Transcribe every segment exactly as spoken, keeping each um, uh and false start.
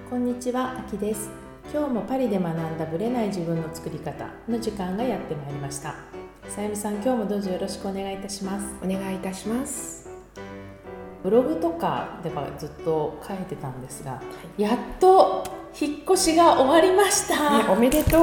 こんにちは、あきです。今日もパリで学んだブレない自分の作り方の時間がやってまいりました。さゆみさん、今日もどうぞよろしくお願いいたします。 お願いいたします。 ブログとかではずっと書いてたんですが、はい、やっと引っ越しが終わりました、 ね、おめでとう。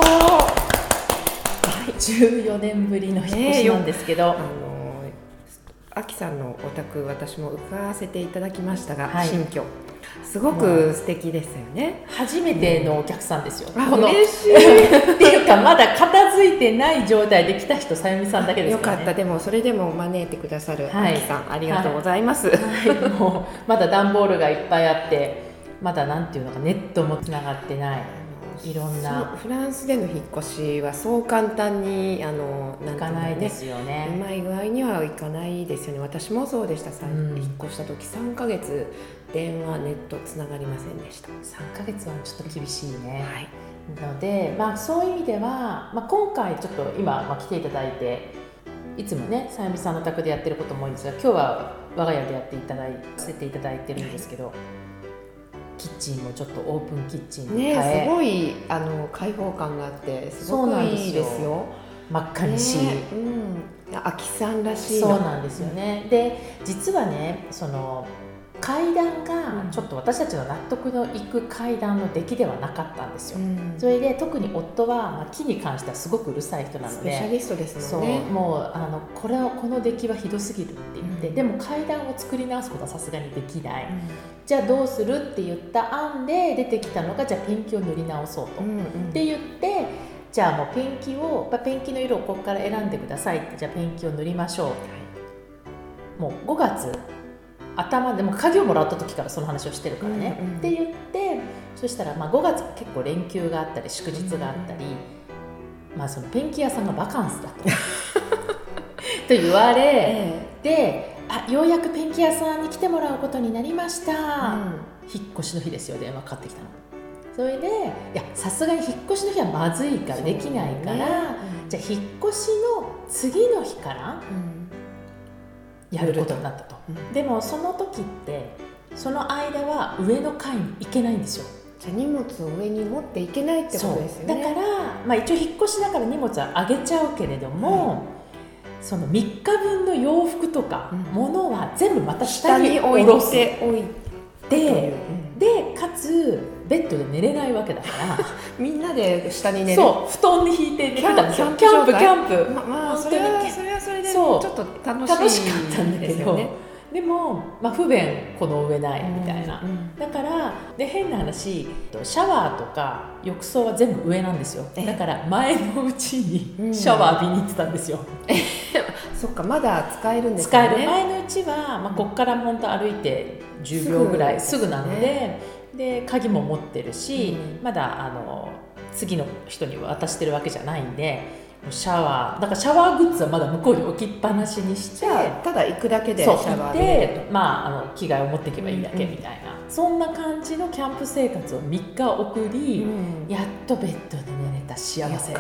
じゅうよねんぶりの引っ越しなんですけど、ね、あのあきさんのお宅、私も伺わせていただきましたが、 はい、 新居すごく素敵ですよね。 初めてのお客さんですよ、 うん、 この嬉しいっていうか、まだ片付いてない状態で来た人、さゆみさんだけですからね。 よかった。でもそれでも招いてくださるあきさん、はい、ありがとうございます、 はいはい、もうまだ段ボールがいっぱいあって、まだなんていうのか、ネットもつながってない、いろんな。 フランスでの引っ越しはそう簡単にあのいかないですよね。 うまい具合にはいかないですよね。私もそうでした。さ、うん、引っ越した時さんかげつ電話ネットつながりませんでした。 さんかげつはちょっと厳しいね、はい、ので、まあ、そういう意味では、まあ、今回ちょっと今、まあ、来ていただいて、いつもねさゆみさんの宅でやってることも多いんですが、今日は我が家でやっていただいせていただいてるんですけど、キッチンもちょっとオープンキッチンに変え、 ね、すごいあの開放感があってすごくいいですよ。 真っ赤にし、ね、 うん、あきさんらしい。 そうなんですよね。で、実はね、その階段がちょっと私たちの納得のいく階段の出来ではなかったんですよ、うん、それで特に夫は、まあ、木に関してはすごくうるさい人なので、 スペシャリストですもんね。 そう、もうあのこれをこの出来はひどすぎるって言って、うん、でも階段を作り直すことはさすがにできない、うん、じゃあどうするって言った案で出てきたのが、じゃあペンキを塗り直そうと、うんうん、って言って、じゃあもうペンキをペンキの色をここから選んでくださいって、じゃあペンキを塗りましょう、はい、もうごがつ頭でも鍵をもらった時からその話をしてるからね、うんうん、って言って、そしたらまあごがつ結構連休があったり祝日があったり、うん、まあ、そのペンキ屋さんがバカンスだとと言われ、ええ、で、あ、ようやくペンキ屋さんに来てもらうことになりました、うん、引っ越しの日ですよ、電話かかってきたの。それで、いや、さすがに引っ越しの日はまずいからできないから、ね、うん、じゃあ引っ越しの次の日から、うん、やることになったと、うん、でもその時ってその間は上の階に行けないんですよ。 じゃあ荷物を上に持っていけないってことですよね。 だから、まあ、一応引っ越しだから荷物は上げちゃうけれども、うん、そのみっかぶんの洋服とか物は全部また下に下に下ろしておいて、うん、でかつベッドで寝れないわけだからみんなで下に寝る。 そう、布団に引いて寝てたんですよ。キャンプキャンプ、ままあ、それはそれはそれでちょっと楽しい、 楽しかったんだけど、でも、まあ、不便この上ないみたいな、うんうん、だからで変な話、シャワーとか浴槽は全部上なんですよ。だから前のうちにシャワー浴びに行ってたんですよ、うん、 そっか、まだ使えるんですよね。 使える。前のうちは、まあ、ここから本当歩いてじゅうびょうぐらいすぐなので、で鍵も持ってるし、うん、まだあの次の人に渡してるわけじゃないんで、シャワーだからシャワーグッズはまだ向こうに置きっぱなしにして、 ただ行くだけでシャワーで、 まあ、あの着替えを持っていけばいいだけみたいな、うんうん、そんな感じのキャンプ生活をみっか送り、うん、やっとベッドで寝れた幸せ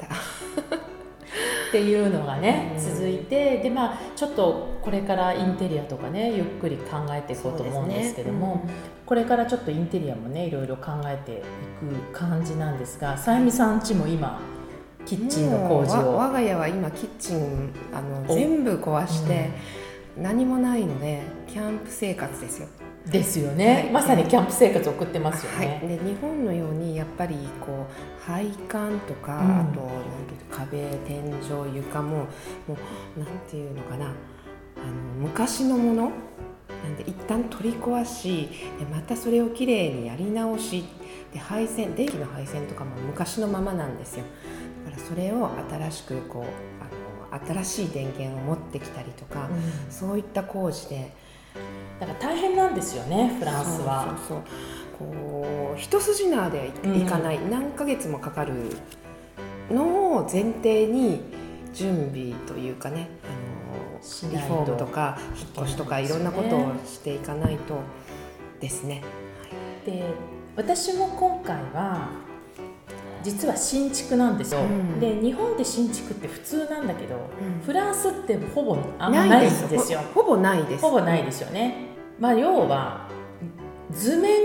っていうのがね、うん、続いて、で、まあ、ちょっとこれからインテリアとかね、ゆっくり考えていこうと思うんですけども、ね、うん、これからちょっとインテリアもね、いろいろ考えていく感じなんですが、さゆみさん家も今キッチンの工事を、 我が家は今キッチンあの全部壊して、うん、何もないのでキャンプ生活ですよ。 ですよね、はい、まさにキャンプ生活を送ってますよね、 はい、で日本のようにやっぱりこう配管とか、うん、あとなんていう壁、天井、床ももうなんていうのかな、あの昔のものなんで一旦取り壊し、でまたそれをきれいにやり直しで、配線、電気の配線とかも昔のままなんですよ。だからそれを新しくこうあの新しい電源を持ってきたりとか、うん、そういった工事で、 だから大変なんですよね、フランスは。 そうそうそう、こう一筋縄でいかない、うん、何ヶ月もかかるのを前提に準備というかね、あのリフォームとか引っ越しとかいろんなことをしていかないとですね。 で、私も今回は実は新築なんですよ、うん、で日本で新築って普通なんだけど、うん、フランスってほぼあんまないんですよ。 ほぼないです。 ほぼないですよね。まあ、要は図面で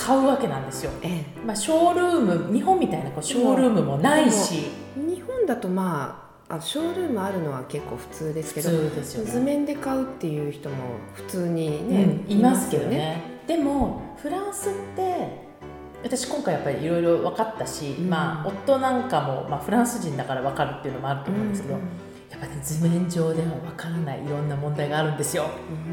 買うわけなんですよ、 ええ、 まあ、ショールーム、日本みたいなこうショールームもないし、 日本だとまああショールームあるのは結構普通ですけど、 普通ですよね、 図面で買うっていう人も普通にね、 うん、いますけどね。でもフランスって私今回やっぱりいろいろ分かったし、うん、まあ夫なんかも、まあ、フランス人だから分かるっていうのもあると思うんですけど、うん、やっぱり、ね、図面上では分からないいろんな問題があるんですよ、うん、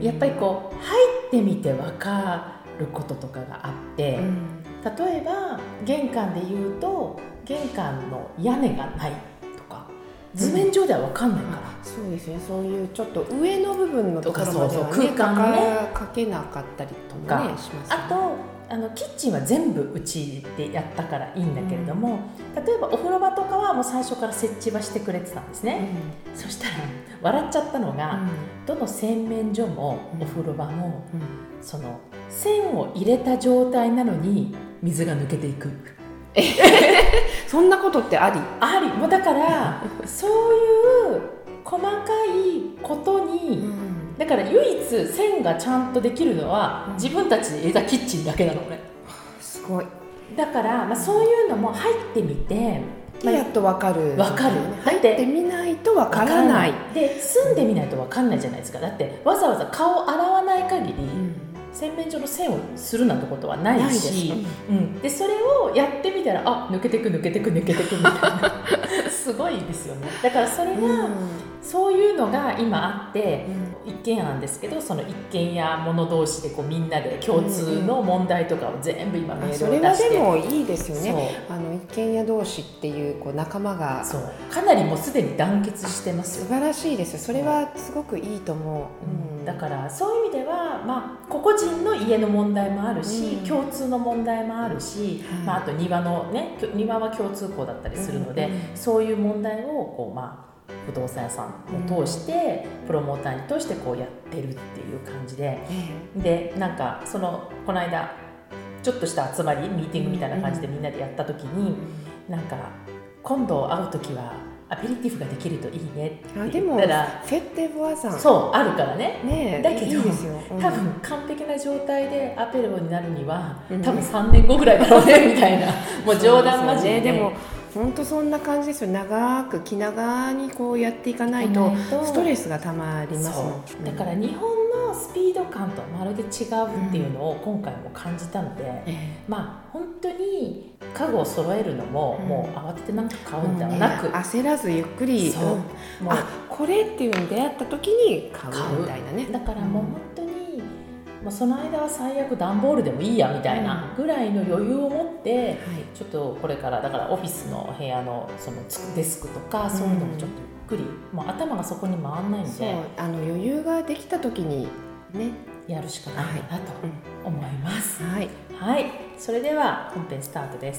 やっぱりこう入ってみて分かることとかがあって、うん、例えば玄関で言うと玄関の屋根がないとか図面上では分かんないから、 うん、そうですね、そういうちょっと上の部分のところまでは、ね、 そうそう空間ねかけなかったりとか、ね、します、ね、 あとあのキッチンは全部うちでやったからいいんだけれども、うん、例えばお風呂場とかはもう最初から設置はしてくれてたんですね、うん、そしたら笑っちゃったのが、うん、どの洗面所もお風呂場も、うん、その線を入れた状態なのに水が抜けていくそんなことってありありもうだからそういう細かいことに、うん、だから唯一線がちゃんとできるのは、うん、自分たちで入れたキッチンだけなのね。 すごい。 だから、まあ、そういうのも入ってみて、 まあ、やっと分かる。 分かる。 入ってみないと分からない。 で住んでみないと分かんないじゃないですか。だってわざわざ顔を洗わない限り、うん、洗面所の線をするなんてことはないし、うん、でそれをやってみたらあ抜けてく抜けてく抜けてくみたいなすごいですよね。だからそれが、うん、そういうのが今あって、うん、一軒家なんですけどその一軒家者同士でこうみんなで共通の問題とかを全部今メールを出して、 それはでもいいですよね。あの一軒家同士っていうこう仲間がそうかなりもうすでに団結してますよ。 素晴らしいですよ。それはすごくいいと思う、 うん、だからそういう意味では、まあ、個々人の家の問題もあるし、うん、共通の問題もあるし、はい、まあ、あと庭のね庭は共通項だったりするので、うんうん、そういう問題をこう、まあ不動産屋さんを通して、うん、プロモーターに通してこうやってるっていう感じで、うん、でなんかそのこの間ちょっとした集まりミーティングみたいな感じでみんなでやった時に、うん、なんか今度会う時はアペリティフができるといいねって言ったら、 あでもフェッテボアさんそうあるからね、 ねだけどいいですよ、 うん、多分完璧な状態でアペロになるには、うん、多分さんねんごぐらいだろうねみたいなもう冗談交じりで、 でも本当そんな感じですよ。長く気長にこうやっていかないとストレスがたまりますもん。 だから日本のスピード感とはまるで違うっていうのを今回も感じたので、うん、まあ本当に家具を揃えるのも、うん、もう慌ててなんか買うんではなく、 ね、焦らずゆっくり、 そう、 うん、もうあこれっていうのに出会った時に買うみたいなね。 だからもう本当にもうその間は最悪段ボールでもいいやみたいなぐらいの余裕を持って、うん、はい、ちょっとこれからだからオフィスの部屋のそのデスクとかそういうのもちょっとゆっくり、うん、もう頭がそこに回んないんで、そうあの余裕ができた時にねやるしかないかなと思います、 はい、 はい、それでは本編スタートです。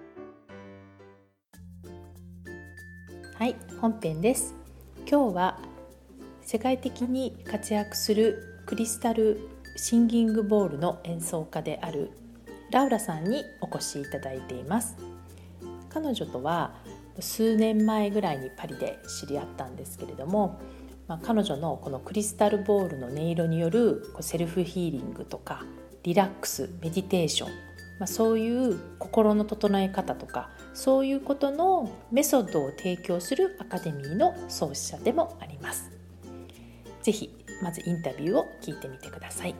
はい、本編です。今日は世界的に活躍するクリスタルシンギングボールの演奏家であるラウラさんにお越しいただいています。彼女とは数年前ぐらいにパリで知り合ったんですけれども、まあ、彼女のこのクリスタルボールの音色によるセルフヒーリングとかリラックス、メディテーション、まあ、そういう心の整え方とかそういうことのメソッドを提供するアカデミーの創始者でもあります。ぜひまずインタビューを聞いてみてください。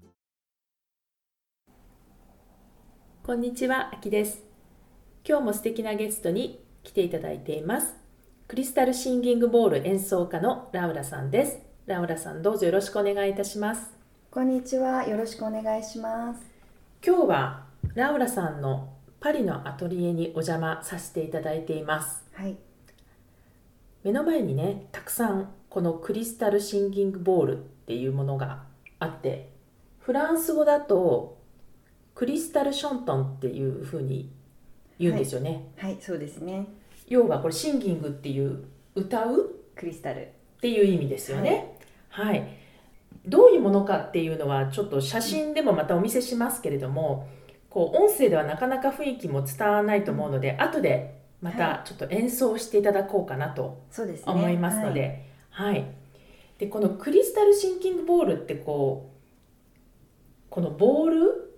こんにちは、あきです。今日も素敵なゲストに来ていただいています。クリスタルシンギングボール演奏家のラウラさんです。ラウラさん、どうぞよろしくお願いいたします。 こんにちは、よろしくお願いします。 今日はラウラさんのパリのアトリエにお邪魔させていただいています。 はい。 目の前にね、たくさんこのクリスタルシンギングボールっていうものがあって、フランス語だとクリスタルショントンっていうふうに言うんですよね。 はい、はい、そうですね。 要はこれシンギングっていう歌うクリスタルっていう意味ですよね。はい、はい、どういうものかっていうのはちょっと写真でもまたお見せしますけれども、こう音声ではなかなか雰囲気も伝わらないと思うので、うん、後でまたちょっと演奏していただこうかなと思いますので、はいはい、でこのクリスタルシンキングボールってこうこのボール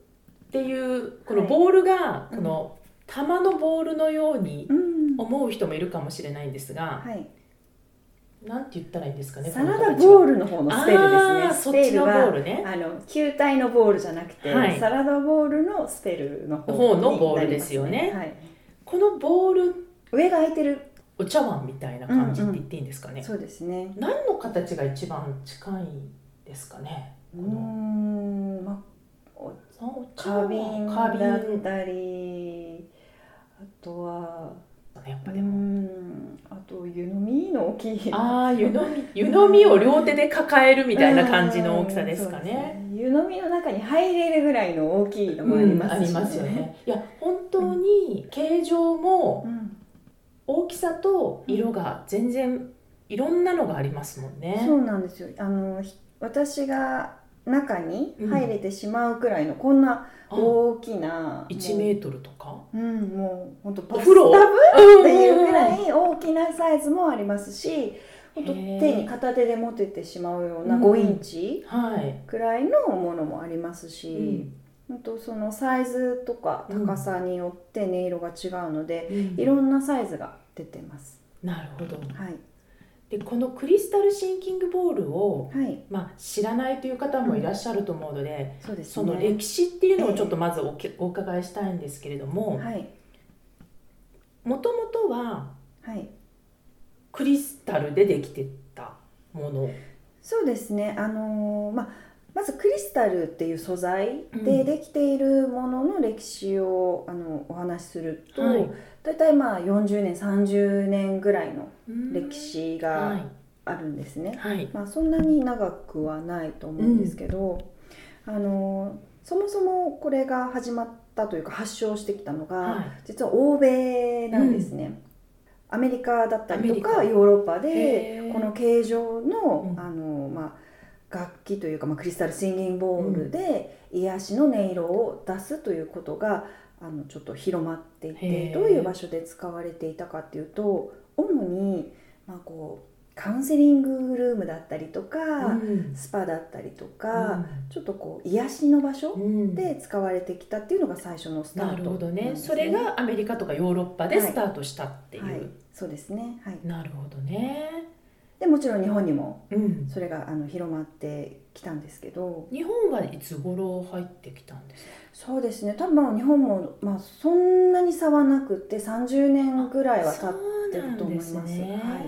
っていうこのボールがこの玉のボールのように思う人もいるかもしれないんですが、 はい、 なんて言ったらいいんですかね。 サラダボールの方のスペルですね。 あそっちのボールね。 あの球体のボールじゃなくて、はい、サラダボールのスペルの方になりますね。 方のボールですよね。はい、このボール上が開いてるお茶碗みたいな感じって言っていいんですかね。 うんうん、そうですね。 何の形が一番近いですかね。 うーん、まあ、花瓶だったり、あとはやっぱでもうんあと湯飲みの大きいああ湯飲み湯飲みを両手で抱えるみたいな感じの大きさですかね。 湯飲みの中に入れるぐらいの大きいのもありますしね、 うん、ありますよね。いや本当に形状も大きさと色が全然いろんなのがありますもんね。 そうなんですよ。あの私が中に入れてしまうくらいのこんな大きな、 いちメートルとか、 うん、もう本当バスタブっていうくらい大きなサイズもありますし、本当手に片手で持ててしまうようなごインチくらいのものもありますし、うん、本当そのサイズとか高さによって音色が違うので、うん、いろんなサイズが出てます。 なるほど。 はい。でこのクリスタルシンキングボールを、 はいまあ、知らないという方もいらっしゃると思うので、 うん そうですね、 その歴史っていうのをちょっとまず お, け、えー、お伺いしたいんですけれども、もともとはクリスタルでできてたもの、 そうですね、あのーまあ、まずクリスタルっていう素材でできているものの歴史を、うん、あのお話しすると、はい、だいたいまあよんじゅうねんさんじゅうねんぐらいの歴史があるんですね、 はいはい、 まあ、そんなに長くはないと思うんですけど、うん、あのそもそもこれが始まったというか発祥してきたのが、はい、実は欧米なんですね、うん、アメリカだったりとかヨーロッパでこの形状の、うん、あのまあ楽器というか、まあ、クリスタルシンギングボールで癒しの音色を出すということがあのちょっと広まっていて、どういう場所で使われていたかっていうと、主に、まあ、こうカウンセリングルームだったりとか、うん、スパだったりとか、うん、ちょっとこう癒しの場所で使われてきたっていうのが最初のスタートなんですね。 なるほどね。それがアメリカとかヨーロッパでスタートしたっていう、 はいはい、そうですね、はい、 なるほどね。 でもちろん日本にもそれがあの広まってきたんですけど、 日本はいつ頃入ってきたんですか？ そうですね、多分日本も、まあ、そんなに差はなくてさんじゅうねんぐらいは経ってると思います。はい、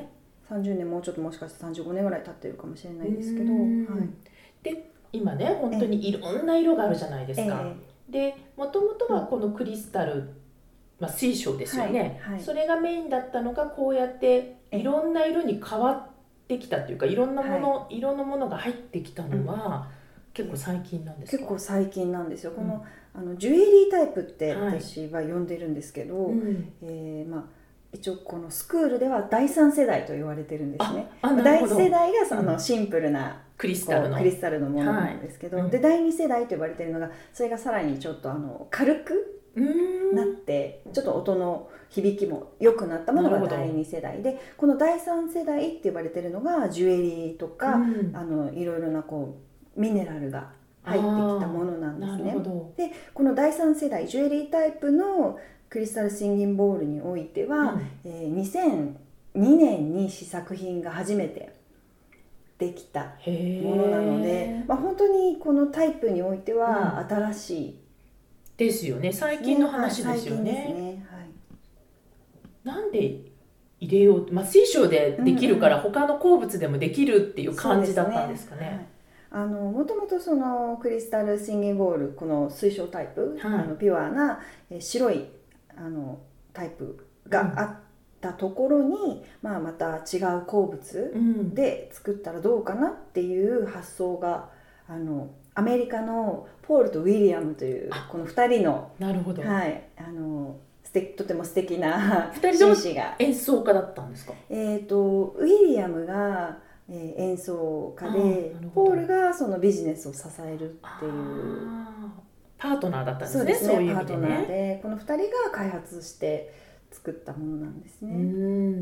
さんじゅうねん、もうちょっともしかしてさんじゅうごねんぐらい経ってるかもしれないですけど、はい、 で今ね本当にいろんな色があるじゃないですか。えでもともとはこのクリスタル、まあ、水晶ですよね、はいはい、それがメインだったのがこうやっていろんな色に変わってきたっていうか、いろんなもの、はい、色のものが入ってきたのは、うん、結構最近なんですか？ 結構最近なんですよ。この、うん、あのジュエリータイプって私は呼んでるんですけど、はい、えーまあ、一応このスクールではだいさん世代と言われてるんですね。だいいち世代がそのシンプルな、うん、 クリスタルのクリスタルのものなんですけど、はい、でだいに世代と呼ばれてるのが、それがさらにちょっとあの軽くなってちょっと音の響きも良くなったものがだいに世代で、このだいさん世代って呼ばれてるのがジュエリーとか、うん、あのいろいろなこうミネラルが入ってきたものなんですね。でこのだいさん世代ジュエリータイプのクリスタルシンギングボールにおいては、うん、えー、にせんにねんに試作品が初めてできたものなので、まあ、本当にこのタイプにおいては新しい、うんですよね。最近の話ですよね。 はい、最近ですね。はい、 なんで入れよう、まあ、水晶でできるから他の鉱物でもできるっていう感じだったんですかね。 あのもともとそのクリスタルシンギングボール、この水晶タイプ、はい、あのピュアなえ白いあのタイプがあったところに、うん、まあ、また違う鉱物で作ったらどうかなっていう発想があのアメリカのポールとウィリアムというこのふたりの、 なるほど、 はい、あのすてとても素敵なふたりとも演奏家だったんですか？ えーとウィリアムが、えー、演奏家で、ポールがそのビジネスを支えるっていうパートナーだったんですね。 そうですね、 そういう意パートナ味でね。 ーでこのふたりが開発して作ったものなんですね。 うん、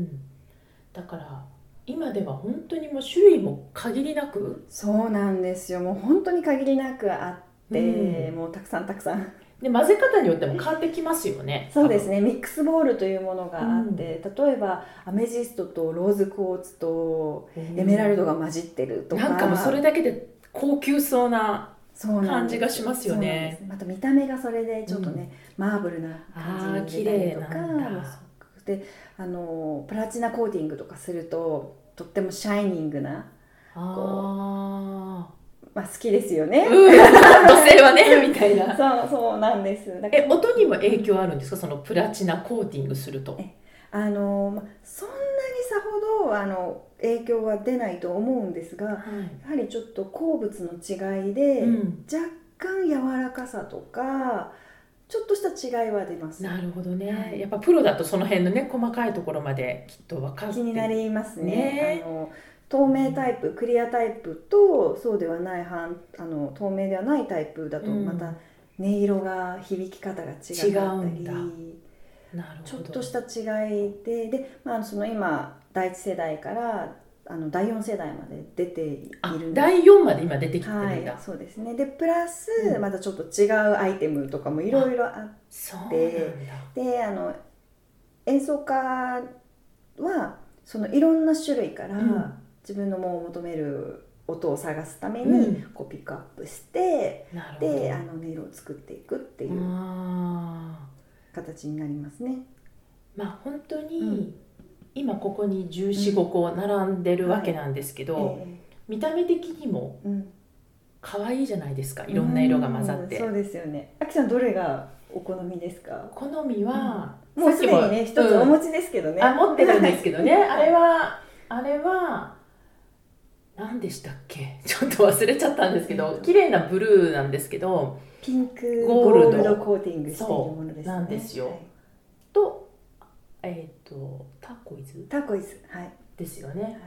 だから今では本当にもう種類も限りなく、 そうなんですよ。もう本当に限りなくあって、うん、もうたくさんたくさんで混ぜ方によっても変わってきますよね。 そうですね、ミックスボールというものがあって、うん、例えばアメジストとローズクォーツとエメラルドが混じってるとか、 なんかもうそれだけで高級そうな感じがしますよね。 また見た目がそれでちょっとね、うん、マーブルな感じに出たりとか、であのプラチナコーティングとかするととってもシャイニングな、あまあ、好きですよね、うん、女性はねみたいなそうそうなんです。 だからえ音にも影響あるんですか、そのプラチナコーティングすると。 えあの、まあ、そんなにさほどあの影響は出ないと思うんですが、はい、やはりちょっと鉱物の違いで、うん、若干柔らかさとかちょっとした違いは出ます。 なるほどね、はい、やっぱプロだとその辺のね細かいところまできっと分かって気になりますね。ね、あの透明タイプ、クリアタイプとそうではない半あの透明ではないタイプだとまた音色が響き方が違ったり、 違うんだ。なるほど。 ちょっとした違いで、で、まあ、その今だいいち世代からあのだいよん世代まで出ているんです。 あ、だいよんまで今出てきてるんだ。 はい、そうですね。でプラス、うん、またちょっと違うアイテムとかもいろいろあって、 そうなんだ。 であの演奏家はそのいろんな種類から、うん、自分のも求める音を探すために、うん、こうピックアップして、であの音色を作っていくっていう形になりますね。 まあ本当に、うん、今ここにじゅうよん、ごこ並んでるわけなんですけど、はいえー、見た目的にも可愛いじゃないですか、いろんな色が混ざって。 そうですよね。あきさんどれがお好みですか？ 好みは、 うん、もうすでにね一つお持ちですけどね、うん、 あ持ってるんですけどねあれはあれは何でしたっけ、ちょっと忘れちゃったんですけど、綺麗なブルーなんですけどピンクゴールドコーティングしているものですね。 そうなんですよ、はい、とえっ、ー、とターコイズターコイズ、はい、 ですよね、はい、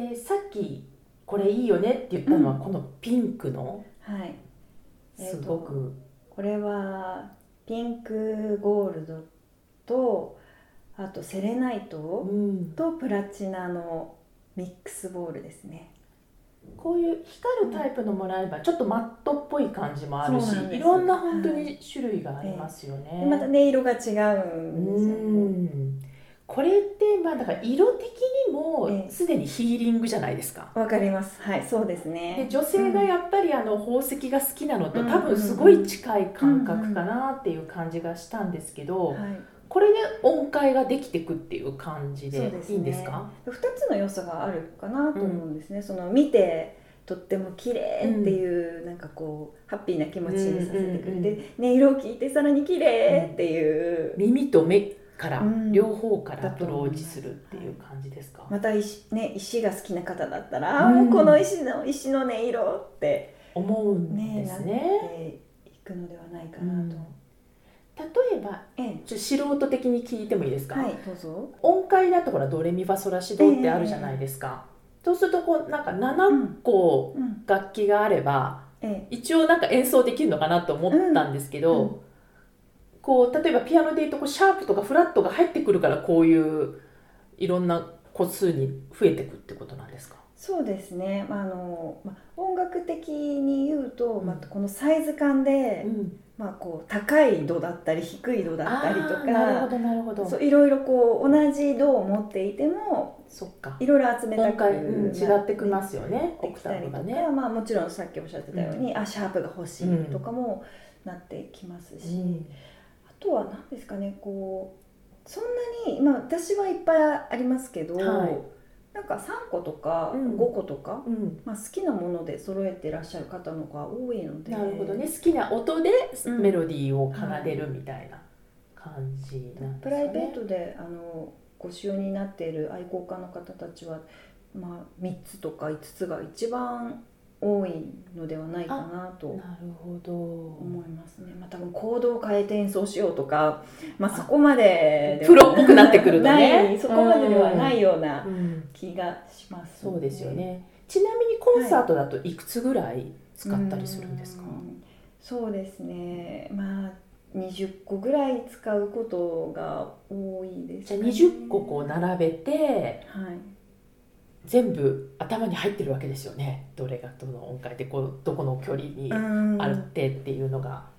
でさっきこれいいよねって言ったのは、うん、このピンクの、はい、すごく、えー、 これはピンクゴールドとあとセレナイトとプラチナのミックスボールですね。 こういう光るタイプのもらえばちょっとマットっぽい感じもあるし、いろんな本当に種類がありますよね、 はい、でまた音色が違うんですよね。 うんこれってまあだから色的にもすでにヒーリングじゃないですか。 わかります。はい、そうですね。 で女性がやっぱりあの宝石が好きなのと、うん、多分すごい近い感覚かなっていう感じがしたんですけど、うんうんはい、これで音階ができてくっていう感じでいいんですか？ ふたつの良さがあるかなと思うんですね、うん、その見てとっても綺麗っていう、うん、なんかこうハッピーな気持ちにさせてくれて、うんうんうん、で音色を聞いてさらに綺麗っていう、 うん、耳と目から、うん、両方からアプローチするっていう感じですか？ また 石,、ね、石が好きな方だったら、うん、もうこの石の石の音色って思うんですね。 なっていくのではないかなと、うん、例えば、ええ、素人的に聞いてもいいですか？ はい、どうぞ。 音階だところドレミファソラシドってあるじゃないですか、えー、そうするとこうなんかななこ楽器があれば、うんうん、一応なんか演奏できるのかなと思ったんですけど、うんうん、こう例えばピアノでいうとこうシャープとかフラットが入ってくるからこういういろんな個数に増えてくってことなんですか？ そうですね、まああのまあ、音楽的に言うと、うんまあ、このサイズ感で、うんまあ、こう高い度だったり低い度だったりとか、 なるほどなるほど、 そういろいろこう同じ度を持っていてもそっかいろいろ集めたくなって、 うん、違ってきますよね、 オクターブがね、まあ、もちろんさっきおっしゃってたように、うん、あシャープが欲しいとかもなってきますし、うん、あとは何ですかね、こうそんなに、まあ、私はいっぱいありますけど、はいなんかさんことかごことか、うんまあ、好きなもので揃えてらっしゃる方のが多いので、 なるほどね、好きな音でメロディーを奏でるみたいな感じなんですね、うんはい、プライベートであのご使用になっている愛好家の方たちは、まあ、みっつとかいつつが一番多いのではないかなと思いますね。まあ、多分コードを変えて演奏しようとか、まあ、そこまでプロっぽくなってくるとねそこまでではないような気がします、 ねうん、そうですよね。ちなみにコンサートだといくつぐらい使ったりするんですか？はい、 うんそうですね、まあにじゅっこぐらい使うことが多いですね。 じゃあにじゅっここう並べて、はい全部頭に入ってるわけですよね。どれがどの音階でこうどこの距離にあるってっていうのが。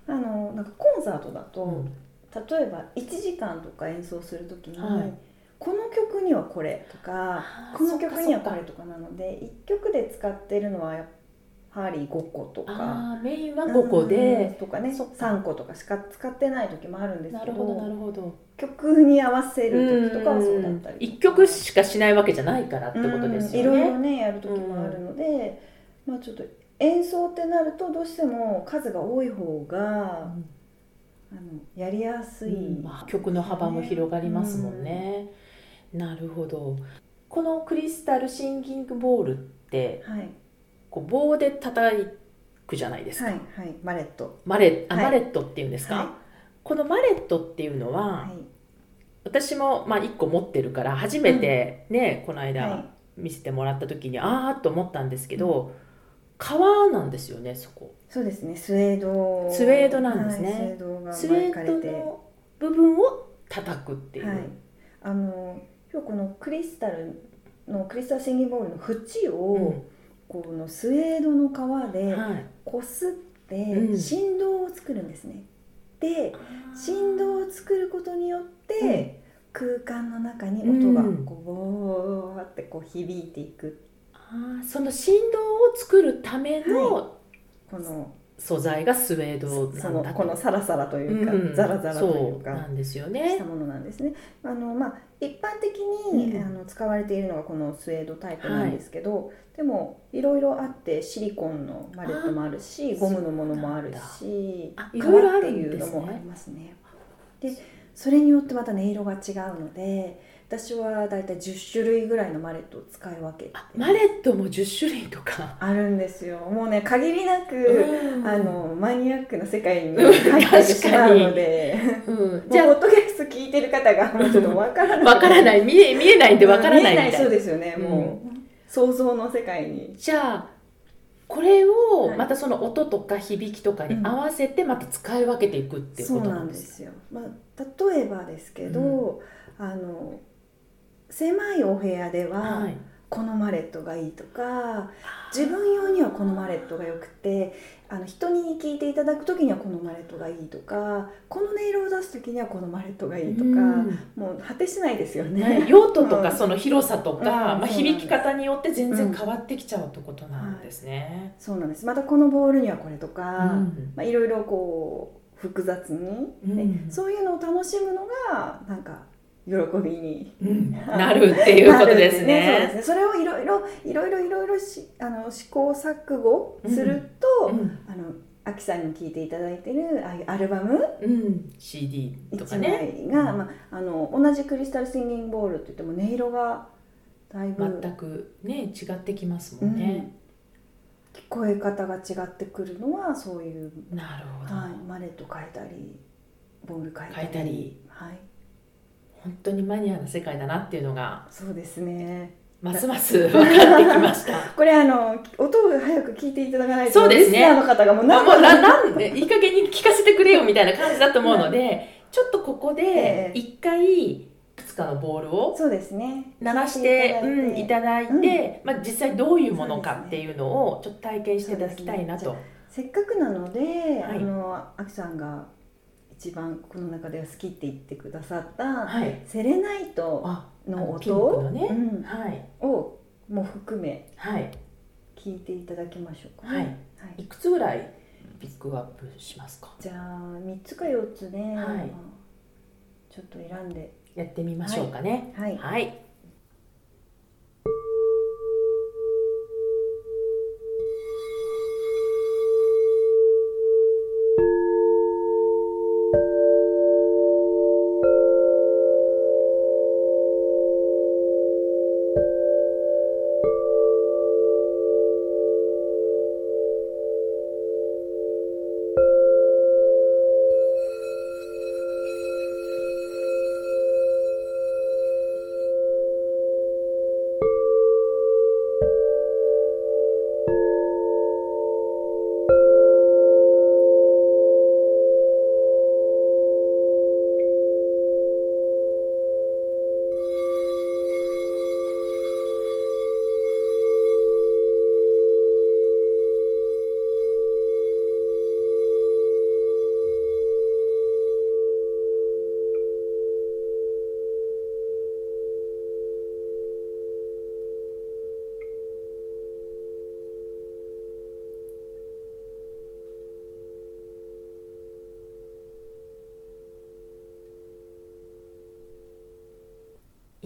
あのなんかコンサートだと、 うん、 例えばいちじかんとか演奏するときに、 はい、 この曲にはこれとかこの曲にはこれとかなので、いっきょくで使ってるのはやはりごことか、 あメインはごこで、 とかね、さんことかしか使ってない時もあるんですけど、 なるほどなるほど、 曲に合わせる時とかはそうだったりとか、 いっきょくしかしないわけじゃないからってことですよね。 いろいろねやる時もあるので、まあちょっと演奏ってなるとどうしても数が多い方が、うん、あのやりやすい、 うん、まあ、曲の幅も広がりますもんね、うん、なるほど。このクリスタルシンギングボールって、はい、こう棒で叩くじゃないですか、 はいはい、マレットマレ、あ、はい、マレットっていうんですか、はい、このマレットっていうのは、はい、私もまあいっこ持ってるから初めてね、うん、この間見せてもらった時に、はい、あーっと思ったんですけど、うん、革なんですよね、そこ。 そうですね、スウェードスウェードなんですね、はい、 スウェードが巻かれて、 スウェードの部分を叩くっていう、はい、 あの今日このクリスタルのクリスタルシンギングボールの縁を、うん、このスウェードの革でこすって振動を作るんですね、うん、で振動を作ることによって、うん、空間の中に音がこうボーってこう響いていく、 あ、その振動を作るための、はい、この素材がスウェードなんだと、 そのこのサラサラというか、うん、ザラザラというかなんですよね、 したものなんですね。あの、まあ、一般的に、うん、あの使われているのがこのスウェードタイプなんですけど、はい、でもいろいろあってシリコンのマレットもあるし、ゴムのものもあるし、革っていうのもありますね。でそれによってまた音色が違うので、私はだいたいじゅっしゅるいぐらいのマレットを使い分けて、 マレットもじゅっしゅるいとかあるんですよ。もうね、限りなく、うん、あのマニアックな世界に入ってしまうので、うん、じゃあポッドキャスト聞いてる方がもうちょっとわからないわからない見え、見えないんでわからないみたいな、 見えない、そうですよね、もう、うん、想像の世界に。 じゃあこれをまたその音とか響きとかに合わせてまた使い分けていくっていうことなんですか？ そうなんですよ。まあ、例えばですけど、うん、あの狭いお部屋ではこのマレットがいいとか、はい、自分用にはこのマレットがよくて、あの人に聞いていただく時にはこのマレットがいいとか、この音色を出す時にはこのマレットがいいとか、うん、もう果てしないですよね。 用途とかその広さとか、うんまあ、響き方によって全然変わってきちゃうってことなんですね、うんはい、 そうなんです。またこのボールにはこれとか、うんまあ、いろいろこう複雑に、うん、そういうのを楽しむのがなんか喜びに、 うん、なるっていうことですね。 そうですね。それをいろいろいろいろいろいろしあの試行錯誤すると、うんうん、あのアキさんに聴いていただいてるああいうアルバム、 うん、シーディー とかね、 いちまいが、まあ、あの同じクリスタルシンギングボールって言っても音色がだいぶ全くね違ってきますもんね、 うん、聞こえ方が違ってくるのはそういう、 なるほど、 はい、マレット変えたりボール変えたり、 変えたり、 はい、 本当にマニアな世界だなっていうのが、 そうですね、 ますます分かってきましたこれあの音を早く聞いていただかないと、 そうですね、 リスナーの方がもう何もうななんでいい加減に聞かせてくれよみたいな感じだと思うので、はい、ちょっとここで一回いくつかのボールをそうですね鳴らしていただいて、うん、まあ、実際どういうものかっていうのをちょっと体験していただきたいなと、 ね、せっかくなので、はい、あのあきさんが一番この中では好きって言ってくださった、はい、セレナイトの音の、ねうんはい、をも含め、はい、聞いていただきましょうか、ねはいはい、いくつぐらいピックアップしますか？ じゃあみっつかよっつで、はい、ちょっと選んでやってみましょうかね。 はい、はいはい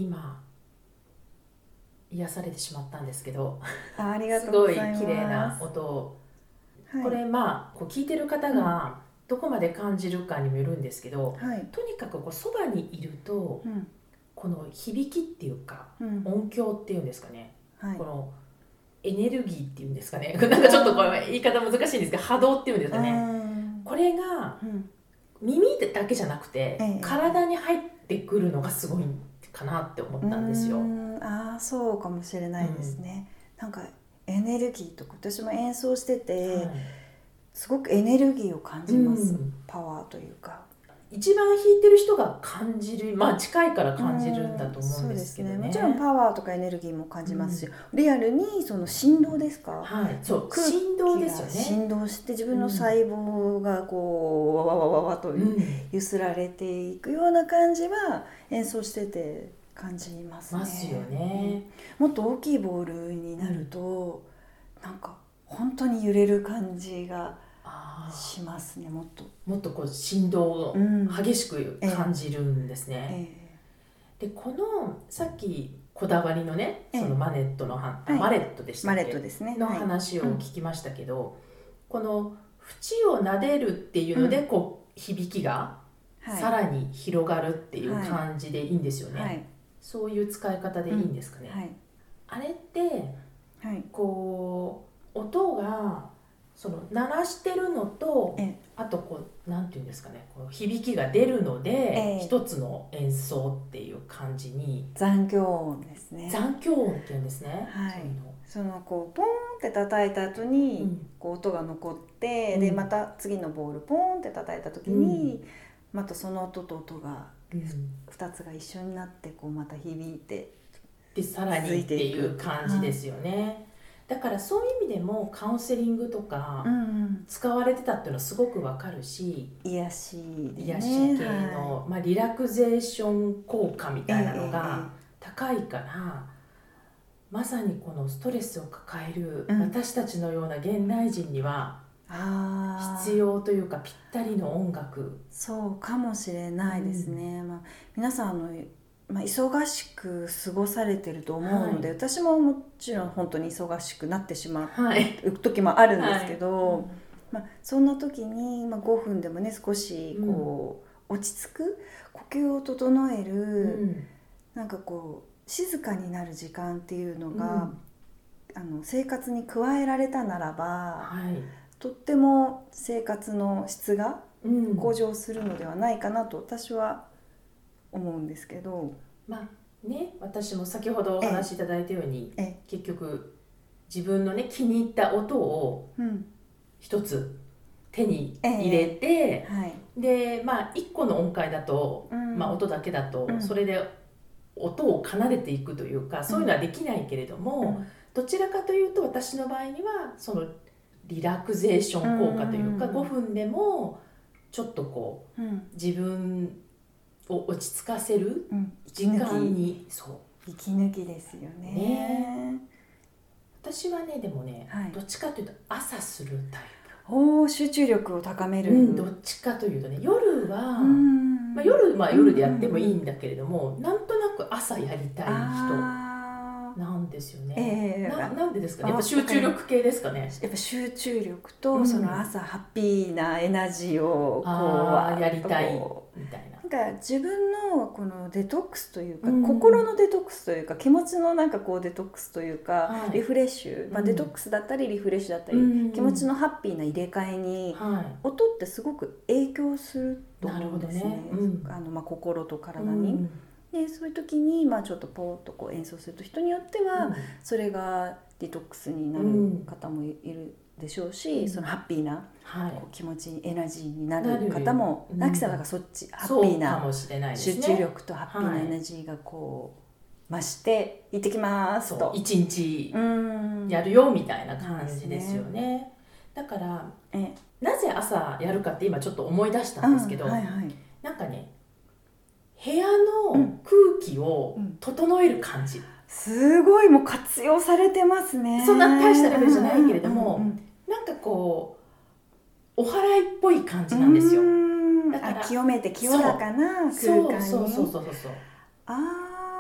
今癒されてしまったんですけど、 あありがとうございます。 すごい綺麗な音を、 はい、 これまあこう聞いてる方がどこまで感じるかにもよるんですけど、 はい、 とにかくこうそばにいると、うん、この響きっていうか、うん、音響っていうんですかね、はい、このエネルギーっていうんですかね、なんかちょっとこれ言い方難しいんですけど、波動っていうんですかね、これが耳だけじゃなくて、うん、体に入ってくるのがすごいかなって思ったんですよ。 うん、ああそうかもしれないですね、うん、なんかエネルギーとか私も演奏してて、はい、すごくエネルギーを感じます、うん、パワーというか一番弾いてる人が感じる、まあ近いから感じるんだと思うんですけどね、うん、 そうですね、もちろんパワーとかエネルギーも感じますし、うん、リアルにその振動ですか、 はい、そう振動ですよね。 振動して自分の細胞がこうわわわわわと揺すられていくような感じは演奏してて感じますね。 ますよね、 うん、もっと大きいボールになると、うん、なんか本当に揺れる感じがしますね。もっともっとこう振動を激しく感じるんですね、うんええ、でこのさっきこだわりのね、そのマネットの、はい、マレットでしたっけ、マレットですね、の話を聞きましたけど、はい、この縁を撫でるっていうので、うん、こう響きがさらに広がるっていう感じでいいんですよね、はいはい、そういう使い方でいいんですかね、うんはい、あれって、はい、こう音がその鳴らしてるのと、あとこうなんていうんですかね、こう響きが出るので、一つの演奏っていう感じに、 残響音ですね。 残響音っていうんですね。 はい。そのこうポーンって叩いた後に、うん、こう音が残って、うん、でまた次のボールポーンって叩いた時に、うん、またその音と音がふたつが一緒になってこうまた響いて、 でさらにっていう感じですよね。はい、だからそういう意味でもカウンセリングとか使われてたっていうのはすごくわかるし、 うん、癒しで、ね、 癒し系の、はい、まあ、リラクゼーション効果みたいなのが高いから、えー、まさにこのストレスを抱える私たちのような現代人には必要というかぴったりの音楽。 そうかもしれないですね、うん、まあ、皆さんあのまあ、忙しく過ごされてると思うので、はい、私ももちろん本当に忙しくなってしまう時もあるんですけど、はいはい、まあ、そんな時に、まあ、ごふんでもね少しこう、うん、落ち着く呼吸を整える、うん、なんかこう静かになる時間っていうのが、うん、あの生活に加えられたならば、はい、とっても生活の質が向上するのではないかなと私は思うんですけど、 まあね、私も先ほどお話しいただいたように、結局自分のね気に入った音を一つ手に入れて、はい、でまあいっこの音階だと、うん、まあ、音だけだと、うん、それで音を奏でていくというか、そういうのはできないけれども、うん、どちらかというと私の場合にはそのリラクゼーション効果というか、うん、ごふんでもちょっとこう、うん、自分を落ち着かせる時間に、 うん、そう息抜きですよ ね, ね。 私はねでもね、はい、どっちかというと朝するタイプ。 お集中力を高める、 うん、どっちかというとね、夜は、まあ、夜は夜でやってもいいんだけれども、なんとなく朝やりたい人なんですよね、えー、な, なんでですかね。やっぱ集中力系ですかね。 やっぱ集中力と、うん、その朝ハッピーなエナジーをこうやりたいみたいな。 なんか自分のこのデトックスというか、うん、心のデトックスというか気持ちのなんかこうデトックスというか、はい、リフレッシュ、まあ、デトックスだったりリフレッシュだったり、うん、気持ちのハッピーな入れ替えに、はい、音ってすごく影響すると思うんですね。なるほどね、うん、あのまあ心と体に、うん、でそういう時にまあちょっとポーッとこう演奏すると人によっては、うん、それがデトックスになる方もいるでしょうし、うん、そのハッピーな、はい、こう気持ちエナジーになる方も、なきさんがそっち、ハッピーな集中力とハッピーなエナジーがこう増して行ってきますと一日やるよみたいな感じですよね。ね、だからえなぜ朝やるかって今ちょっと思い出したんですけど、うん、はいはい、なんかね部屋の空気を整える感じ、うんうん、 すごいもう活用されてますね。 そんな大したレベルじゃないけれども、うんうんうん、なんかこうお祓いっぽい感じなんですよ。 だから清めて清らかな空間に。 そうそうそうそうそうそう。 あ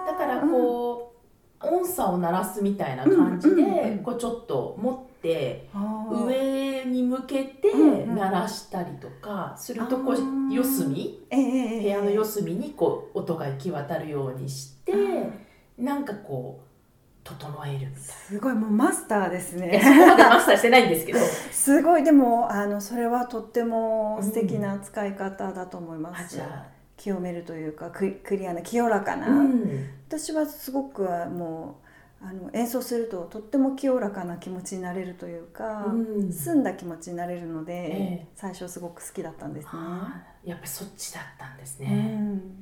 だからこう音叉を鳴らすみたいな感じで、 うんうんうん、 こうちょっと持って上に向けて鳴らしたりとかすると、こう四隅、えー、部屋の四隅にこう音が行き渡るようにして、なんかこう整えるみたいな。 すごい、もうマスターですね。 そこまでマスターしてないんですけどすごい。でもあのそれはとっても素敵な使い方だと思います、うん、清めるというかクリアな清らかな、うん、私はすごくもうあの演奏するととっても清らかな気持ちになれるというか、うん、澄んだ気持ちになれるので、えー、最初すごく好きだったんですね。 やっぱりそっちだったんですね、うん、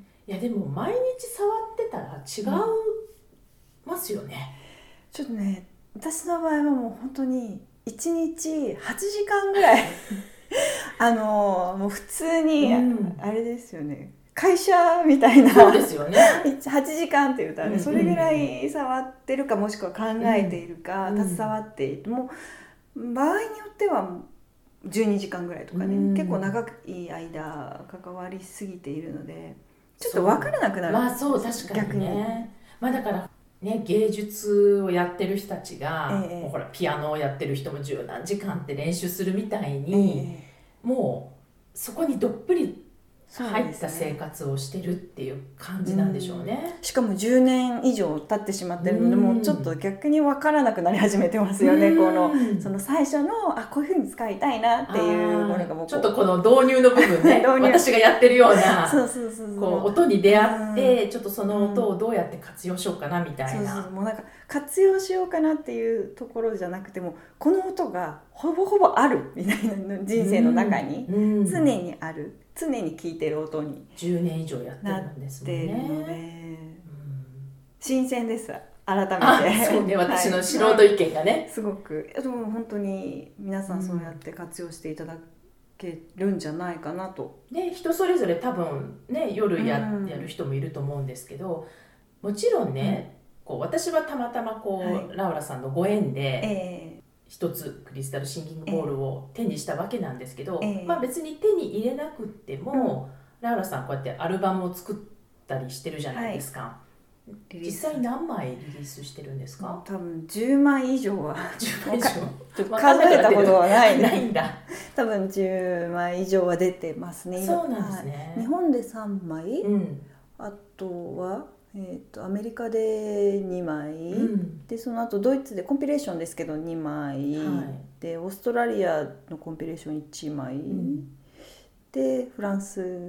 いやでも毎日触ってたら違う、うん、ますよね。 ちょっとね、私の場合はもう本当にいちにちはちじかんぐらいあのもう普通に、うん、あれですよね、会社みたいな。 そうですよねはちじかんって言ったらね、うんうん、それぐらい触ってるか、もしくは考えているか、うん、携わっていても場合によってはじゅうにじかんぐらいとかね、うん、結構長い間関わりすぎているのでちょっと分からなくなる。 まあそう、確かにね。まあだからね、芸術をやってる人たちが、ええ、もうほらピアノをやってる人も十何時間って練習するみたいに、え、もうそこにどっぷり入った生活をしてるっていう感じなんでしょうね。 うん、しかもじゅうねん以上経ってしまってるので、うん、もうちょっと逆に分からなくなり始めてますよね、うん、このその最初のあこういう風に使いたいなっていうものがもうちょっとこの導入の部分ね私がやってるようなそうそうそうそう、こう音に出会って、うん、ちょっとその音をどうやって活用しようかなみたいな、 そうそう、もうなんか活用しようかなっていうところじゃなくても、この音がほぼほぼあるみたいな、人生の中に常にある、常に聴いてる音にじゅうねん以上やってるんですもんね。 なってるので、うん、新鮮です。改めてそうね、私の素人意見がね、 はい、すごくでも本当に皆さんそうやって活用していただけるんじゃないかなと、 うん、ね、人それぞれ多分ね夜 や,、うん、やる人もいると思うんですけど、もちろんね、うん、こう私はたまたまこう、はい、ラウラさんのご縁で、えー一つクリスタルシンギングボールを手にしたわけなんですけど、えーまあ、別に手に入れなくっても、うん、ラウラさんこうやってアルバムを作ったりしてるじゃないですか、はい、実際何枚リリースしてるんですか？ 多分じゅうまい以上はじゅうまい以上数えたことはないないんだ多分じゅうまい以上は出てますね。 そうなんですね、 はい、日本でさんまい、うん、あとはえー、とアメリカでにまい、うん、でその後ドイツでコンピレーションですけどにまい、はい、でオーストラリアのコンピレーションいちまい、うん、でフランス で,、うん、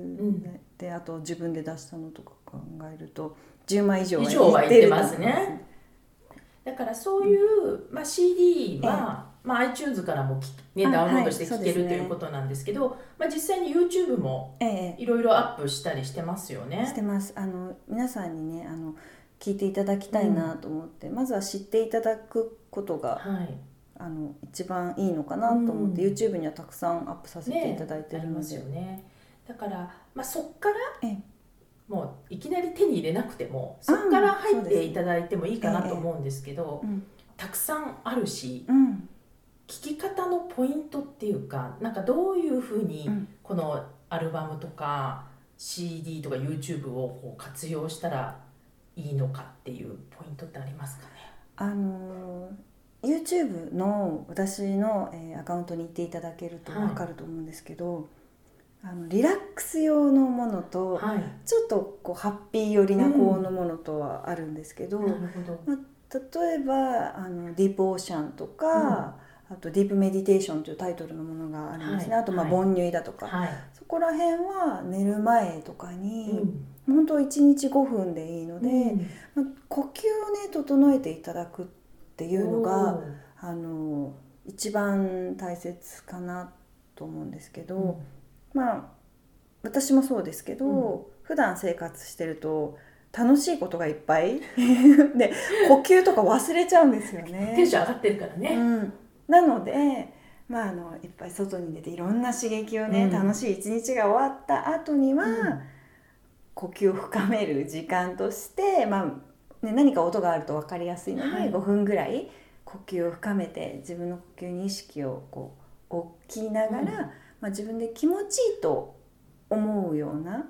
であと自分で出したのとか考えるとじゅうまい以上はいってると思いますね。 だからそういう、まあ、シーディー は、えーまあ、iTunes からも、ね、ダウンロードして聴ける、はい、ということなんですけど、まあ、実際に YouTube もいろいろアップしたりしてますよね、ええ、 してます。あの皆さんにねあの聞いていただきたいなと思って、うん、まずは知っていただくことが、はい、あの一番いいのかなと思って、うん、YouTube にはたくさんアップさせていただいてるので、ね、ありますよね。 だから、まあ、そっから、ええ、もういきなり手に入れなくてもそこから入っていただいてもいいかなと思うんですけど、ええうん、たくさんあるし、うん、聞き方のポイントっていうか、なんかどういうふうにこのアルバムとか シーディー とか YouTube をこう活用したらいいのかっていうポイントってありますかね？ あの YouTube の私の、えー、アカウントに行っていただけると分かると思うんですけど、はい、あのリラックス用のものと、はい、ちょっとこうハッピー寄りな方のものとはあるんですけど、うんなるほどまあ、例えばあのディープオーシャンとか、うん、あとディープメディテーションというタイトルのものがあるんですね、はい、あとまあボンニュイだとか、はい、そこら辺は寝る前とかに、うん、本当いちにちごふんでいいので、うんまあ、呼吸をね整えていただくっていうのがあの一番大切かなと思うんですけど、うんまあ私もそうですけど、うん、普段生活してると楽しいことがいっぱいで呼吸とか忘れちゃうんですよね。 テンション上がってるからね、 うん、なので、まあ、あのいっぱい外に出ていろんな刺激をね、うん、楽しい一日が終わった後には、うん、呼吸を深める時間として、まあね、何か音があると分かりやすいので、はい、ごふんぐらい呼吸を深めて自分の呼吸に意識をこう置きながら、うんまあ、自分で気持ちいいと思うような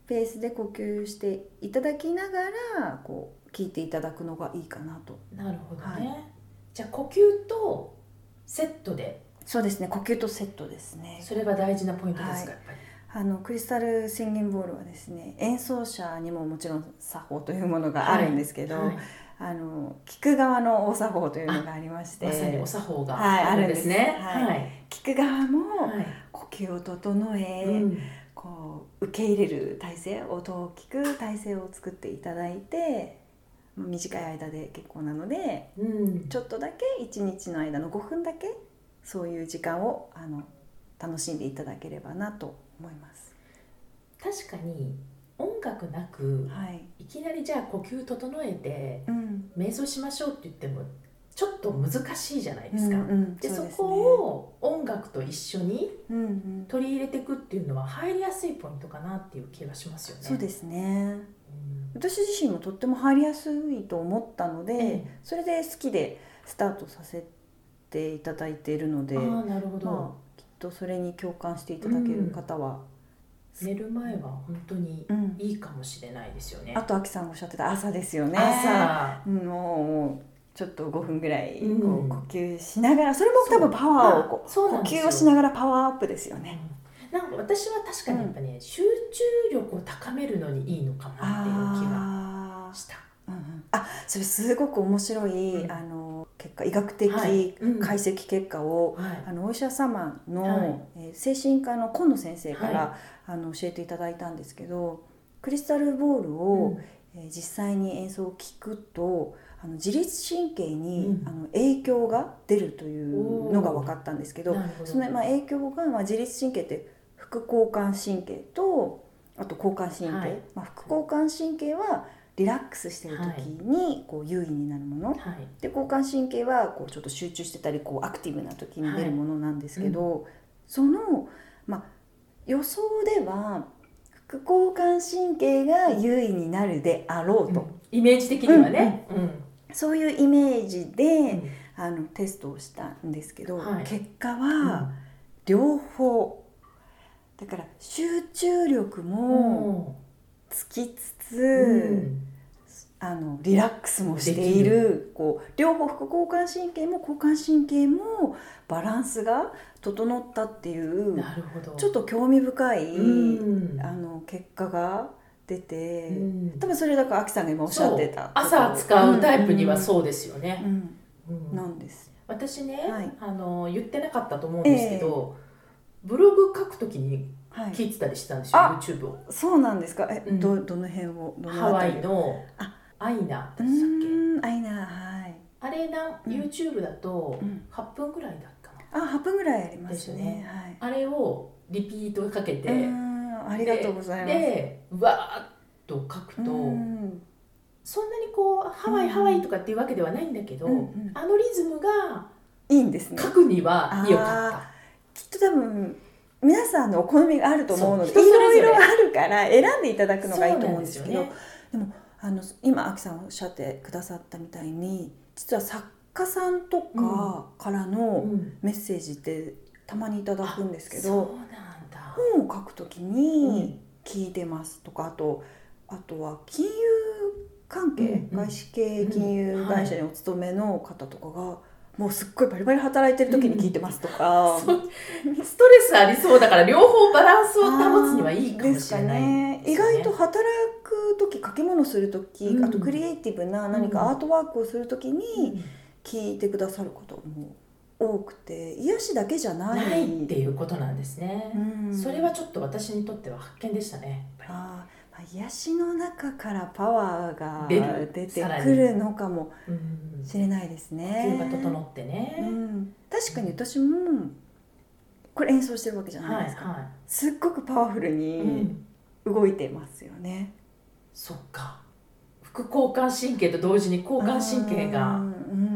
ペースで呼吸していただきながらこう聞いていただくのがいいかなと。 なるほどね、 はい、 じゃあ呼吸とセットで。 そうですね、呼吸とセットですね。 それは大事なポイントですか、はい、やっぱり。 あのクリスタルシンギングボールはですね、演奏者にももちろん作法というものがあるんですけど、はいはい、あの聞く側のお作法というのがありまして、 まさにお作法があるんですね、 はいはい、聞く側も呼吸を整え、はい、こう受け入れる体勢、音を聞く体勢を作っていただいて、短い間で結構なので、うん、ちょっとだけいちにちの間のごふんだけそういう時間をあの楽しんでいただければなと思います。 確かに音楽なく、はい、いきなりじゃあ呼吸整えて、うん、瞑想しましょうって言ってもちょっと難しいじゃないですか、うんうん、で、そうですね、そこを音楽と一緒に取り入れていくっていうのは入りやすいポイントかなっていう気がしますよね。 そうですね、うん、私自身もとっても入りやすいと思ったので、うん、それで好きでスタートさせていただいているので、あ、 なるほど、 まあ、きっとそれに共感していただける方は、 うん、寝る前は本当にいいかもしれないですよね、 うん、あとアキさんがおっしゃってた朝ですよね。 朝、 うん、もうちょっとごふんぐらいこう呼吸しながら、それも多分パワーをこう、呼吸をしながらパワーアップですよね、 うん、なんか私は確かにやっぱね、うん、集中力を高めるのにいいのかなっていう気がした。 うんうん、あ、それすごく面白い、うん、あの結果、医学的解析結果を、はい、あのお医者様の、はい、えー、精神科の今野先生から、はい、あの教えていただいたんですけど、クリスタルボールを、うん、えー、実際に演奏を聞くとあの自律神経に、うん、あの影響が出るというのが分かったんですけど、その、まあ、影響が、まあ、自律神経って副交感神経とあと交感神経、はい、まあ、副交感神経はリラックスしている時にこう優位になるもの、はい、で交感神経はこうちょっと集中してたりこうアクティブな時に出るものなんですけど、はい、うん、その、まあ、予想では副交感神経が優位になるであろうと、うん、 イメージ的にはね、うんうん、 そういうイメージで、うん、あのテストをしたんですけど、はい、結果は両方、だから集中力もつきつつ、うん、あのリラックスもしている、こう両方副交感神経も交感神経もバランスが整ったっていう、 なるほど、 ちょっと興味深い、うん、あの結果が出て、うん、多分それだからアキさんが今おっしゃってた朝使うタイプにはそうですよね、 うんうん、なんです。 私ね、はい、あの言ってなかったと思うんですけど、えー、ブログ書くときに聞いてたりしてたんですよ、はい、YouTube を。 そうなんですか。え、うん、ど, どの辺をどのハワイのアイナでしたっけ。 アイナ、はい。 あれな、うん、YouTube だとはっぷんぐらいだったかな、 うん、あ、はっぷんぐらいありますね、はい、 あれをリピートかけて、 ありがとうございます。 で、でわーっと書くと、そんなにこうハワイハワイとかっていうわけではないんだけど、うんうん、あのリズムがいいんですね。 書くには良かった。 きっと多分皆さんのお好みがあると思うので、いろいろあるから選んでいただくのがいいと思うんですけど、で, でもあの今アキさんおっしゃってくださったみたいに、実は作家さんとかからのメッセージってたまにいただくんですけど、 うんうん、そうなんだ。 本を書くときに聞いてますとか、あとあとは金融関係、うんうん、外資系金融会社にお勤めの方とかが、うん、はい、もうすっごいバリバリ働いてる時に聞いてますとか、 うん、ストレスありそうだから両方バランスを保つにはいいかもしれないですね。意外と働く時、書き物する時、うん、あとクリエイティブな何かアートワークをする時に聞いてくださることも多くて、癒しだけじゃない、 ないっていうことなんですね、うん、それはちょっと私にとっては発見でしたね。やっぱりあ、癒しの中からパワーが出てくるのかもしれないですね。 呼吸が整ってね、 うん、確かに私もこれ演奏してるわけじゃないですか、はいはい、すっごくパワフルに動いてますよね、うん、 そっか。副交感神経と同時に交感神経が、うん、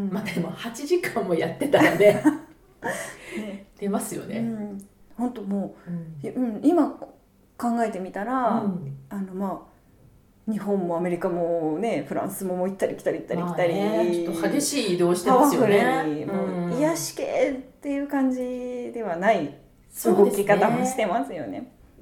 まあでもはちじかんもやってたらねね、出ますよね、うん、 本当もう、うんうん、今考えてみたら、うん、あのまあ日本もアメリカもね、フランスももう行ったり来たり行ったり来たり、 まあね、ちょっと激しい移動してますよね。 パワフルに、もう癒し系っていう感じではない動き方もしてますよね。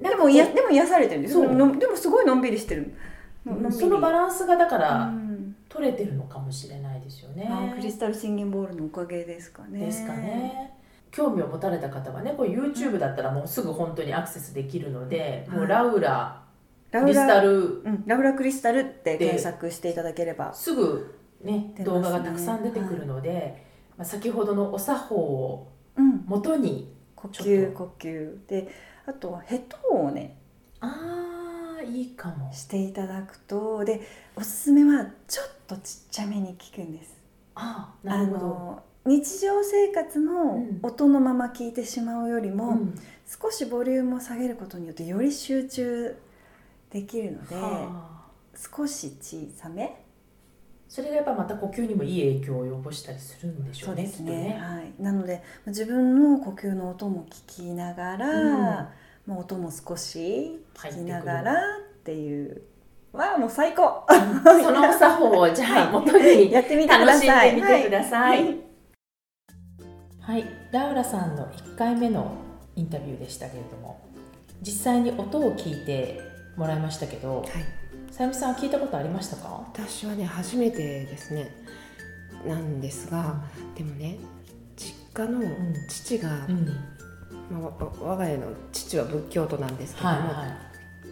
でもいやでも癒されてるんです。そうのでもすごいのんびりしてる。 そのバランスがだから、うん、取れてるのかもしれないですよね。 あ、クリスタルシンギングボールのおかげですかね。 ですかね。興味を持たれた方はね、これ YouTube だったらもうすぐ本当にアクセスできるので、うん、もうラウラクリスタル、 うん、ラウラクリスタルって検索していただければすぐね、ね動画がたくさん出てくるので、はい、まあ、先ほどのお作法を元に、 うん、呼吸呼吸で、あとはヘッドホンをね、 あいいかもしていただくと、でおすすめはちょっとちっちゃめに聞くんです。 ああ、なるほど。 あの日常生活の音のまま聞いてしまうよりも、うん、少しボリュームを下げることによってより集中できるので、少し小さめ。 それがやっぱまた呼吸にもいい影響を及ぼしたりするんでしょうね。 そうですね、ね、はい、なので自分の呼吸の音も聞きながら、うん、もう音も少し聞きながらっていうわあ、もう最高その作法をじゃあ元にやってみてください。 楽しんでみてください。はい、はい、ラウラさんのいっかいめのインタビューでしたけれども、実際に音を聞いてもらいましたけど、はい、さゆみさんは聞いたことありましたか？ 私はね、初めてですねなんですが、でもね、実家の父が、うん、まあ、我が家の父は仏教徒なんですけども、はいはい、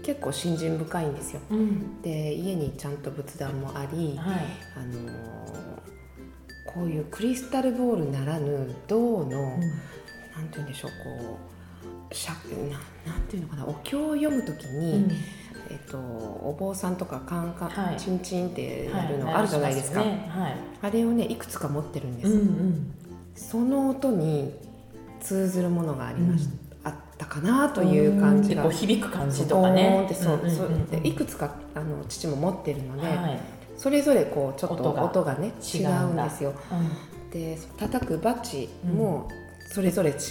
結構信心深いんですよ、うん、で家にちゃんと仏壇もあり、はい、あのー、こういうクリスタルボールならぬ銅の、うん、なんて言うんでしょう、こうしゃ な, なんていうのかな、お経を読むときに、うん、えっと、お坊さんとかカンカン、はい、チンチンってやるのあるじゃないですか、はいね、はい、あれをねいくつか持ってるんです、うんうん、その音に通ずるものがありました、うん、あったかなという感じが、 こう響く感じとかね、 でいくつかあの父も持ってるので、はい、それぞれこうちょっと音がね違うんですよ、うん、で叩くバチもそれぞれ違って、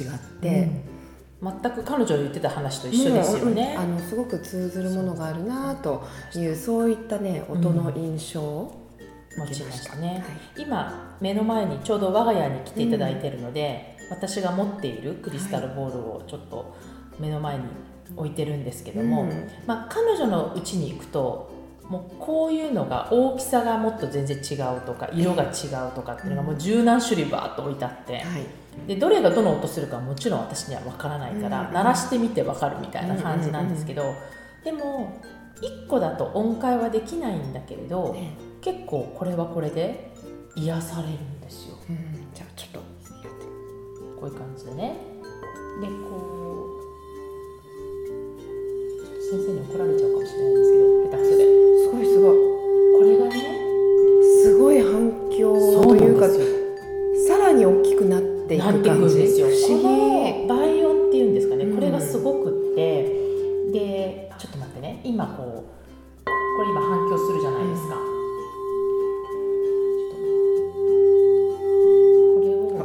うんうん、全く彼女の言ってた話と一緒ですよね、 うん、あのすごく通ずるものがあるなという、そういったね音の印象を持ちましたね、はい、今目の前にちょうど我が家に来ていただいているので、うん、私が持っているクリスタルボールをちょっと目の前に置いてるんですけども、うん、まあ、彼女の家に行くともうこういうのが大きさがもっと全然違うとか色が違うとかっていうのがもう十何種類バーッと置いてあって、はい、でどれがどの音するかもちろん私には分からないから、うん、鳴らしてみて分かるみたいな感じなんですけど、うんうんうん、でもいっこだと音階はできないんだけれど、ね、結構これはこれで癒されるんですよ、うん、 じゃあちょっとこういう感じでね、でこう先生に怒られちゃうかもしれないんですけど、下手くそですごいすごい、 これがねすごい反響というか、さらに大きくなっていく感じなんですよ。 不思議、この倍音っていうんですかね、これがすごくって、うん、でちょっと待ってね、今こうこれ今反響するじゃないですか、うん、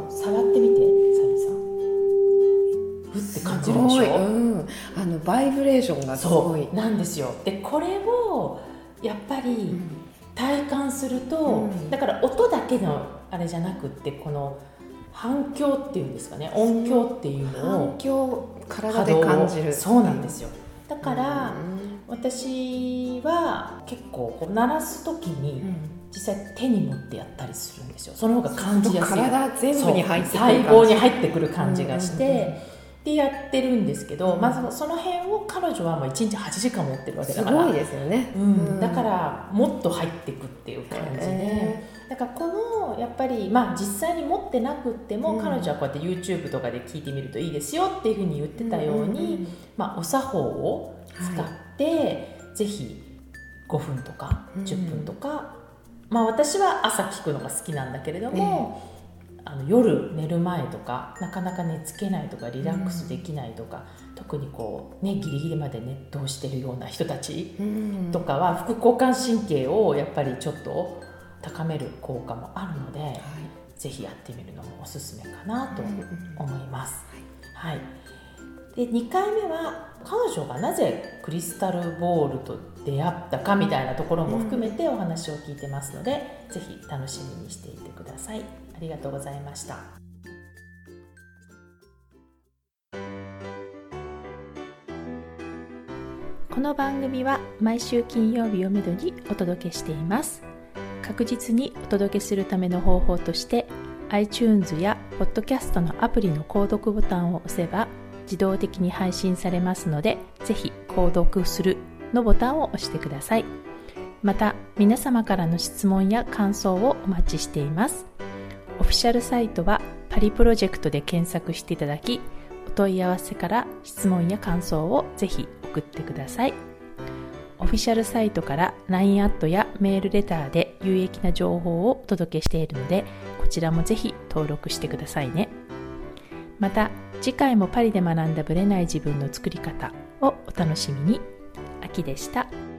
触ってみて、さゆりさん、ふって感じるでしょ、うん、 あのバイブレーションがすごい、 そうなんですよ。でこれをやっぱり体感すると、うん、だから音だけのあれじゃなくって、この反響っていうんですかね、音響っていうのを反響体で感じる、 そうなんですよ。だから、うん、私は結構こう鳴らす時に、うん、実際手に持ってやったりするんですよ。その方が感じやすい、 体全部に入ってくる細胞に入ってくる感じがして、うんうんうん、でやってるんですけど、うん、まずその辺を彼女はもういちにちはちじかん持ってるわけだから、 すごいですよね、 うん、だからもっと入ってくっていう感じで、だからこのやっぱり、まあ、実際に持ってなくっても、うん、彼女はこうやって YouTube とかで聞いてみるといいですよっていうふうに言ってたように、うんうんうん、まあ、お作法を使って、はい、ぜひごふんとかじゅっぷんとか、うん、まあ、私は朝聞くのが好きなんだけれども、えー、あの夜寝る前とかなかなか寝つけないとかリラックスできないとか、うん、特にこう、ね、ギリギリまで熱湯してるような人たちとかは、副交感神経をやっぱりちょっと高める効果もあるので、はい、ぜひやってみるのもおすすめかなと思います、うん、はい、でにかいめは彼女がなぜクリスタルボールと出会ったかみたいなところも含めてお話を聞いてますので、うん、ぜひ楽しみにしていてください。ありがとうございました。 の番組は毎週金曜日をめどにお届けしています。確実にお届けするための方法として iTunes や Podcast のアプリの購読ボタンを押せば自動的に配信されますので、ぜひ購読するのボタンを押してください。また皆様からの質問や感想をお待ちしています。オフィシャルサイトはパリプロジェクトで検索していただき、お問い合わせから質問や感想をぜひ送ってください。オフィシャルサイトから ライン アットやメールレターで有益な情報をお届けしているので、こちらもぜひ登録してくださいね。また次回もパリで学んだブレない自分の作り方をお楽しみに。あきでした。